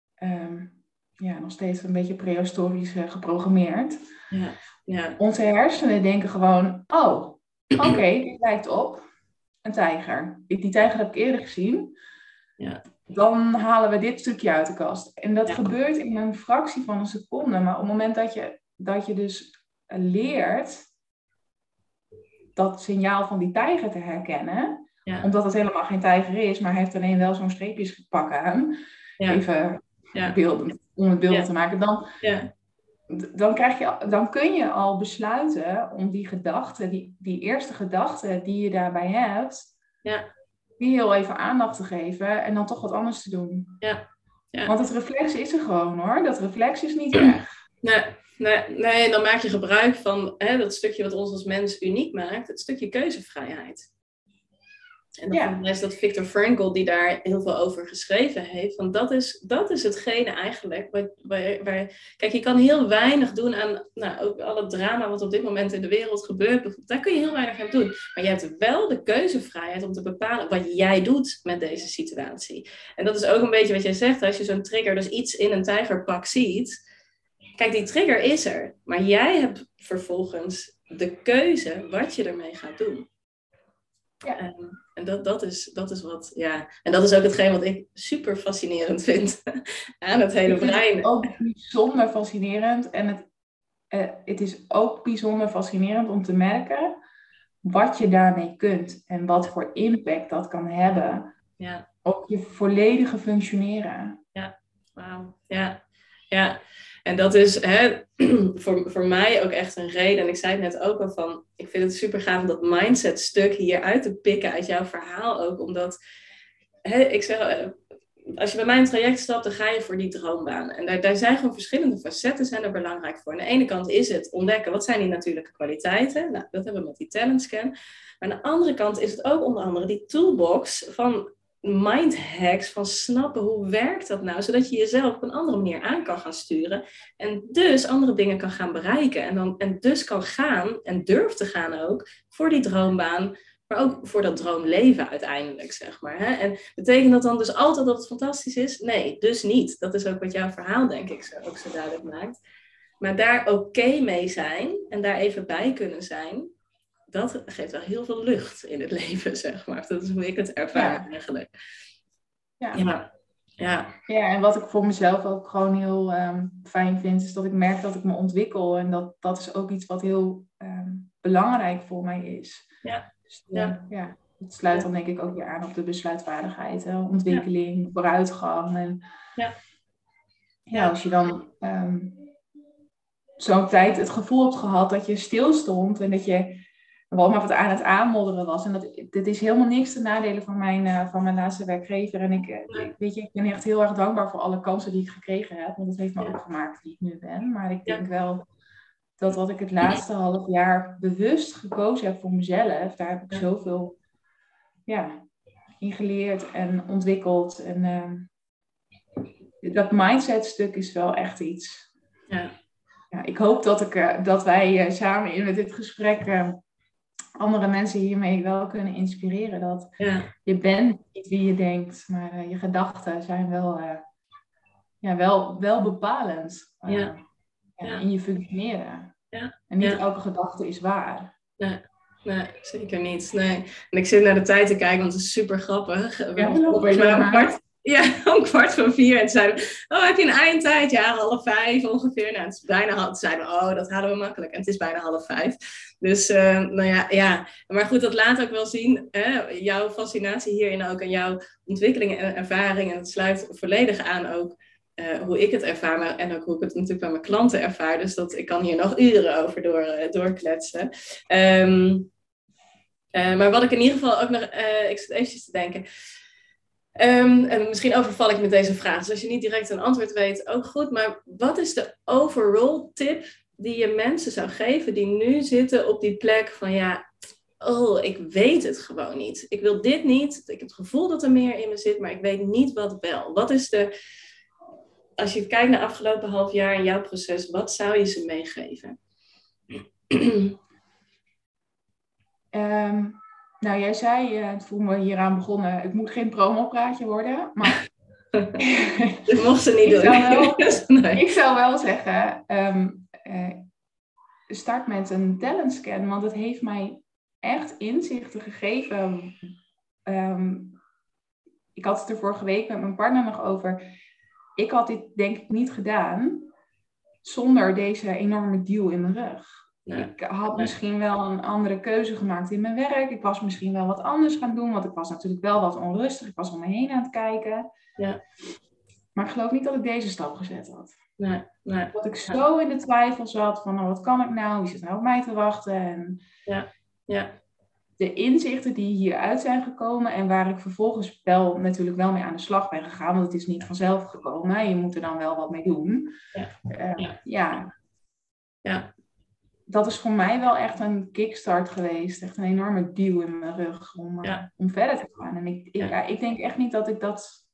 um, ja, nog steeds een beetje prehistorisch uh, geprogrammeerd. Ja, ja. Onze hersenen denken gewoon, oh, oké, okay, dit lijkt op een tijger. Die, die tijger heb ik eerder gezien. Ja. Dan halen we dit stukje uit de kast. En dat ja. gebeurt in een fractie van een seconde. Maar op het moment dat je, dat je dus leert... dat signaal van die tijger te herkennen. Ja. Omdat het helemaal geen tijger is, maar hij heeft alleen wel zo'n streepjes gepakt aan. Ja. Even ja. beeldend, om het beeld ja. te maken. Dan, ja. dan, krijg je, dan kun je al besluiten om die gedachte, die, die eerste gedachte die je daarbij hebt, ja. die heel even aandacht te geven en dan toch wat anders te doen. Ja. Ja. Want het reflex is er gewoon hoor. Dat reflex is niet weg. Nee. Nee, nee, dan maak je gebruik van hè, dat stukje wat ons als mens uniek maakt, het stukje keuzevrijheid. En dat ja. is dat Viktor Frankl die daar heel veel over geschreven heeft. Want dat is, dat is hetgene eigenlijk. Waar, waar, waar, kijk, je kan heel weinig doen aan nou, ook al het drama wat op dit moment in de wereld gebeurt. Daar kun je heel weinig aan doen. Maar je hebt wel de keuzevrijheid om te bepalen wat jij doet met deze situatie. En dat is ook een beetje wat jij zegt. Als je zo'n trigger, dus iets in een tijgerpak ziet. Kijk, die trigger is er. Maar jij hebt vervolgens de keuze wat je ermee gaat doen. Ja. En, en dat, dat, is, dat is wat, ja. En dat is ook hetgeen wat ik super fascinerend vind aan het hele brein. Het is ook bijzonder fascinerend. En het, uh, het is ook bijzonder fascinerend om te merken wat je daarmee kunt. En wat voor impact dat kan hebben ja. op je volledige functioneren. Ja, wauw. Ja, ja. En dat is hè, voor, voor mij ook echt een reden. En ik zei het net ook al van, ik vind het super gaaf om dat mindset stuk hier uit te pikken uit jouw verhaal ook. Omdat, hè, ik zeg, als je bij mij in een traject stapt, dan ga je voor die droombaan. En daar, daar zijn gewoon verschillende facetten zijn er belangrijk voor. Aan de ene kant is het ontdekken, wat zijn die natuurlijke kwaliteiten? Nou, dat hebben we met die talent scan. Maar aan de andere kant is het ook onder andere die toolbox van mindhacks, van snappen hoe werkt dat nou, zodat je jezelf op een andere manier aan kan gaan sturen en dus andere dingen kan gaan bereiken en, dan, en dus kan gaan en durft te gaan ook voor die droombaan, maar ook voor dat droomleven uiteindelijk, zeg maar. Hè? En betekent dat dan dus altijd dat het fantastisch is? Nee, dus niet. Dat is ook wat jouw verhaal denk ik zo, ook zo duidelijk maakt. Maar daar oké mee zijn en daar even bij kunnen zijn, dat geeft wel heel veel lucht in het leven, zeg maar. Dat is hoe ik het ervaar ja. eigenlijk. Ja. Ja. Ja. Ja, en wat ik voor mezelf ook gewoon heel um, fijn vind, is dat ik merk dat ik me ontwikkel. En dat, dat is ook iets wat heel um, belangrijk voor mij is. Ja. Dus uh, Ja. ja, het sluit dan denk ik ook weer aan op de besluitvaardigheid, hè? Ontwikkeling, Ja. vooruitgang. En ja. ja, als je dan um, zo'n tijd het gevoel hebt gehad dat je stilstond en dat je wel maar wat aan het aanmodderen was. En dat, dit is helemaal niks ten nadele van mijn, uh, van mijn laatste werkgever. En ik, uh, weet je, ik ben echt heel erg dankbaar voor alle kansen die ik gekregen heb. Want dat heeft me ook gemaakt wie ik nu ben. Maar ik denk wel dat wat ik het laatste half jaar bewust gekozen heb voor mezelf, daar heb ik zoveel ja, in geleerd en ontwikkeld. En uh, dat mindset stuk is wel echt iets. Ja. Ja, ik hoop dat, ik, uh, dat wij uh, samen in met dit gesprek uh, andere mensen hiermee wel kunnen inspireren. Dat ja. je bent niet wie je denkt, maar uh, je gedachten zijn wel, uh, ja, wel, wel bepalend uh, ja. Ja, Ja. in je functioneren. Ja. En niet ja. elke gedachte is waar. Nee. Nee, zeker niet. Nee. En ik zit naar de tijd te kijken, want het is super grappig. We ja, volgens mij om kwart, ja, om kwart van vier. En zeiden we, oh, heb je een eindtijd? Ja, half vijf ongeveer. Nou, het is bijna half. Zeiden we, oh, dat hadden we makkelijk. En het is bijna half vijf. Dus, uh, nou ja, ja. Maar goed, dat laat ook wel zien. Hè? Jouw fascinatie hierin ook. En jouw ontwikkeling en ervaring. En het sluit volledig aan ook. Uh, hoe ik het ervaar, maar, en ook hoe ik het natuurlijk bij mijn klanten ervaar. Dus dat, ik kan hier nog uren over door, uh, doorkletsen. Um, Uh, maar wat ik in ieder geval ook nog... Uh, ik zit eventjes te denken. Um, en misschien overval ik met deze vraag. Dus als je niet direct een antwoord weet, ook goed. Maar wat is de overall tip die je mensen zou geven die nu zitten op die plek van ja... Oh, ik weet het gewoon niet. Ik wil dit niet. Ik heb het gevoel dat er meer in me zit, maar ik weet niet wat wel. Wat is de... Als je kijkt naar afgelopen half jaar in jouw proces, wat zou je ze meegeven? Um, nou, jij zei, uh, toen we hieraan begonnen, het moet geen promopraatje worden, maar... Dat mocht ze niet ik doen. Zou wel, nee. Ik zou wel zeggen, um, uh, start met een talentscan, want het heeft mij echt inzichten gegeven. Um, ik had het er vorige week met mijn partner nog over. Ik had dit denk ik niet gedaan zonder deze enorme deal in mijn rug. Nee. Ik had nee. misschien wel een andere keuze gemaakt in mijn werk. Ik was misschien wel wat anders gaan doen. Want ik was natuurlijk wel wat onrustig. Ik was om me heen aan het kijken. Ja. Maar ik geloof niet dat ik deze stap gezet had. Nee, nee. Dat ik zo in de twijfel zat van nou, wat kan ik nou? Wie zit nou op mij te wachten? En ja. Ja. de inzichten die hieruit zijn gekomen. En waar ik vervolgens wel natuurlijk wel mee aan de slag ben gegaan. Want het is niet vanzelf gekomen. Je moet er dan wel wat mee doen. Ja. Uh, ja. ja. ja. Dat is voor mij wel echt een kickstart geweest. Echt een enorme duw in mijn rug om, ja. uh, om verder te gaan. En ik, ik, ja. ja, ik denk echt niet dat ik dat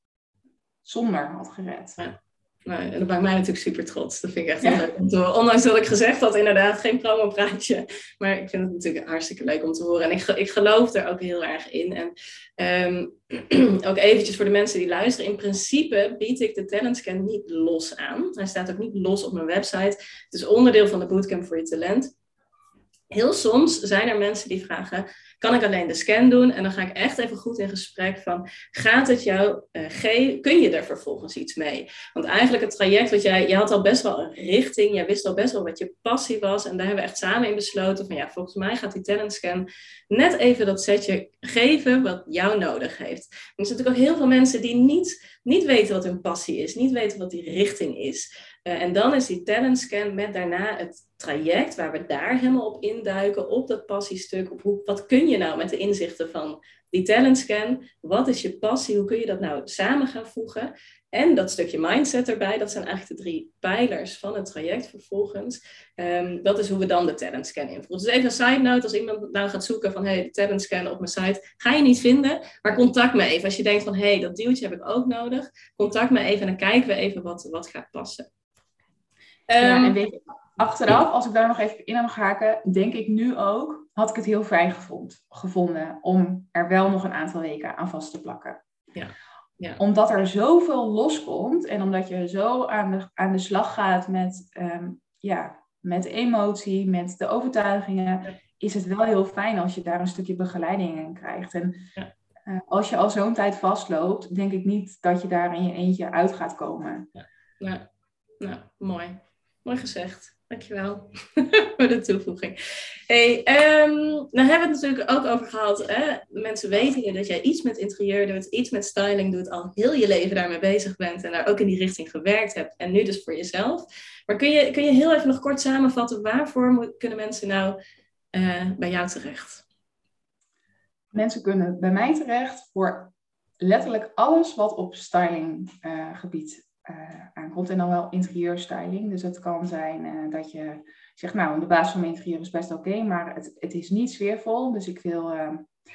zonder had gered. Ja. Nee, en dat maakt mij natuurlijk super trots. Dat vind ik echt heel ja. leuk om te horen. Ondanks dat ik gezegd had, inderdaad, geen promopraatje. Maar ik vind het natuurlijk hartstikke leuk om te horen. En ik, ik geloof er ook heel erg in. En um, ook eventjes voor de mensen die luisteren. In principe bied ik de talentscan niet los aan. Hij staat ook niet los op mijn website. Het is onderdeel van de Bootcamp voor je talent. Heel soms zijn er mensen die vragen, kan ik alleen de scan doen? En dan ga ik echt even goed in gesprek van, gaat het jou uh, geven? Kun je er vervolgens iets mee? Want eigenlijk het traject wat jij, je had al best wel een richting, jij wist al best wel wat je passie was. En daar hebben we echt samen in besloten van, ja, volgens mij gaat die talentscan net even dat setje geven wat jou nodig heeft. En er zijn natuurlijk ook heel veel mensen die niet, niet weten wat hun passie is, niet weten wat die richting is. Uh, en dan is die talentscan met daarna het traject waar we daar helemaal op induiken, op dat passiestuk, op hoe, wat kun je nou met de inzichten van die talentscan, wat is je passie, hoe kun je dat nou samen gaan voegen en dat stukje mindset erbij, dat zijn eigenlijk de drie pijlers van het traject vervolgens. Um, dat is hoe we dan de talentscan invoeren. Dus even een side note, als iemand nou gaat zoeken van hey, de talentscan op mijn site, ga je niet vinden, maar contact me even. Als je denkt van hey, dat duwtje heb ik ook nodig, contact me even en dan kijken we even wat, wat gaat passen. Ja, um, en weet je, achteraf, als ik daar nog even in mag haken, denk ik nu ook, had ik het heel fijn gevond, gevonden om er wel nog een aantal weken aan vast te plakken. Ja. Ja. Omdat er zoveel loskomt en omdat je zo aan de, aan de slag gaat met, um, ja, met emotie, met de overtuigingen, ja. Is het wel heel fijn als je daar een stukje begeleiding in krijgt. En ja. Uh, als je al zo'n tijd vastloopt, denk ik niet dat je daar in je eentje uit gaat komen. Ja. Nou, nou, mooi. Mooi gezegd. Dankjewel voor de toevoeging. Hey, um, nou hebben we het natuurlijk ook over gehad. Hè? Mensen weten dat jij iets met interieur doet, iets met styling doet, al heel je leven daarmee bezig bent en daar ook in die richting gewerkt hebt. En nu dus voor jezelf. Maar kun je, kun je heel even nog kort samenvatten, waarvoor moet, kunnen mensen nou uh, bij jou terecht? Mensen kunnen bij mij terecht voor letterlijk alles wat op stylinggebied uh, uh, aankomt. En dan wel interieurstyling. Dus het kan zijn uh, dat je zegt, nou, de basis van mijn interieur is best oké, okay, maar het, het is niet sfeervol. Dus ik wil uh,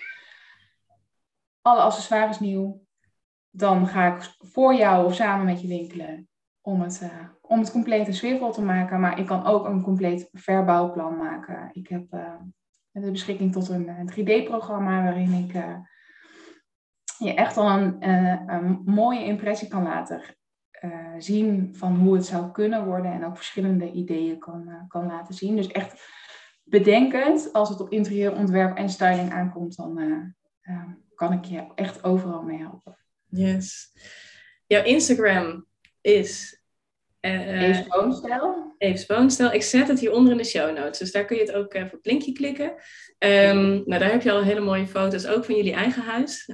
alle accessoires nieuw. Dan ga ik voor jou of samen met je winkelen om het, uh, om het compleet en sfeervol te maken. Maar ik kan ook een compleet verbouwplan maken. Ik heb uh, de beschikking tot een, een drie D-programma waarin ik uh, je echt al een, uh, een mooie impressie kan laten uh, zien van hoe het zou kunnen worden. En ook verschillende ideeën kan, uh, kan laten zien. Dus echt bedenkend, als het op interieurontwerp en styling aankomt, dan uh, uh, kan ik je echt overal mee helpen. Yes. Jouw Instagram is... Uh, Eves Woonstijl. Eves Woonstijl. Ik zet het hieronder in de show notes. Dus daar kun je het ook even op het linkje klikken. Um, nou, daar heb je al hele mooie foto's. Ook van jullie eigen huis.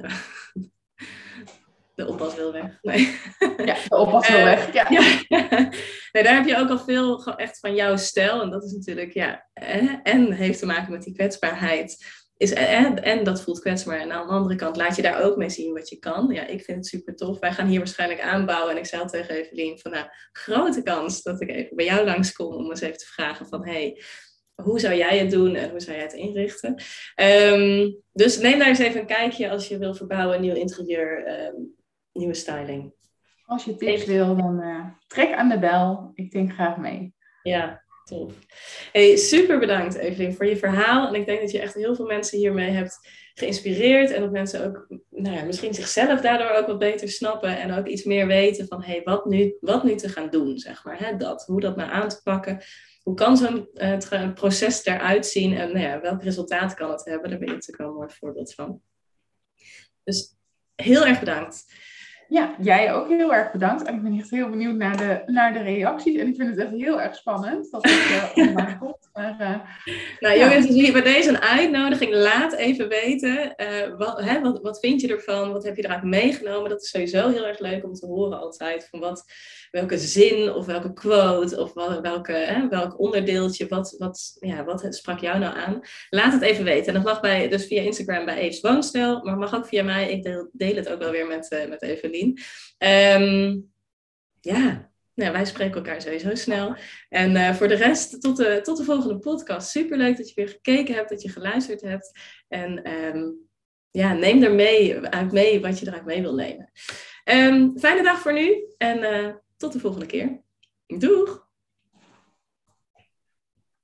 De oppas wil weg. Nee. Ja, de oppas wil uh, weg. Ja. Ja. Nee, daar heb je ook al veel echt van jouw stijl. En dat is natuurlijk, ja... En heeft te maken met die kwetsbaarheid. Is, en, en dat voelt kwetsbaar. En aan de andere kant laat je daar ook mee zien wat je kan. Ja, ik vind het super tof. Wij gaan hier waarschijnlijk aanbouwen. En ik zei al tegen Evelien van, nou, grote kans dat ik even bij jou langskom om eens even te vragen van, hey, hoe zou jij het doen en hoe zou jij het inrichten? Um, dus neem daar eens even een kijkje als je wil verbouwen, nieuw interieur, um, nieuwe styling. Als je tips even wil, dan uh, trek aan de bel. Ik denk graag mee. Ja. Tof. Hey, super bedankt Evelien voor je verhaal. En ik denk dat je echt heel veel mensen hiermee hebt geïnspireerd. En dat mensen ook nou ja, misschien zichzelf daardoor ook wat beter snappen. En ook iets meer weten van hey, wat, nu, wat nu te gaan doen, zeg maar. Hè, dat, hoe dat nou aan te pakken. Hoe kan zo'n uh, tra- proces eruit zien? En nou ja, welk resultaat kan het hebben? Daar ben je natuurlijk wel een mooi voorbeeld van. Dus heel erg bedankt. Ja, jij ook heel erg bedankt. En ik ben echt heel benieuwd naar de, naar de reacties. En ik vind het echt heel erg spannend dat het uh, online komt. Maar, uh, nou ja. Jongens, dus hier bij deze een uitnodiging. Laat even weten. Uh, wat, hè, wat, wat vind je ervan? Wat heb je eruit meegenomen? Dat is sowieso heel erg leuk om te horen altijd. Van wat, welke zin of welke quote of wel, welke, hè, welk onderdeeltje. Wat, wat, ja, wat sprak jou nou aan? Laat het even weten. En dat mag bij, dus via Instagram bij Eves Woonstijl. Maar mag ook via mij. Ik deel, deel het ook wel weer met, uh, met Evelien. Um, ja, nou, wij spreken elkaar sowieso snel. En uh, voor de rest, tot de, tot de volgende podcast. Superleuk dat je weer gekeken hebt, dat je geluisterd hebt. En um, ja, neem er mee, uit mee wat je eruit mee wil nemen. Um, fijne dag voor nu en uh, tot de volgende keer. Doeg!